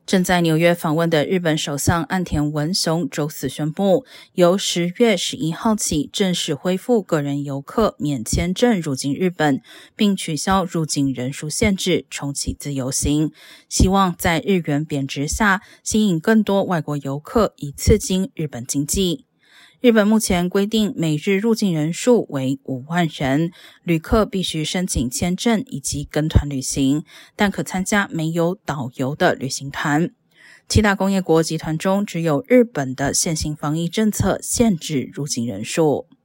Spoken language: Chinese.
正在纽约访问的日本首相岸田文雄周四宣布，由10月11号起正式恢复个人游客免签证入境日本，并取消入境人数限制，重启自由行，希望在日元贬值下吸引更多外国游客，以刺激日本经济。日本目前规定每日入境人数为5万人，旅客必须申请签证以及跟团旅行，但可参加没有导游的旅行团。7大工业国集团中，只有日本的现行防疫政策限制入境人数。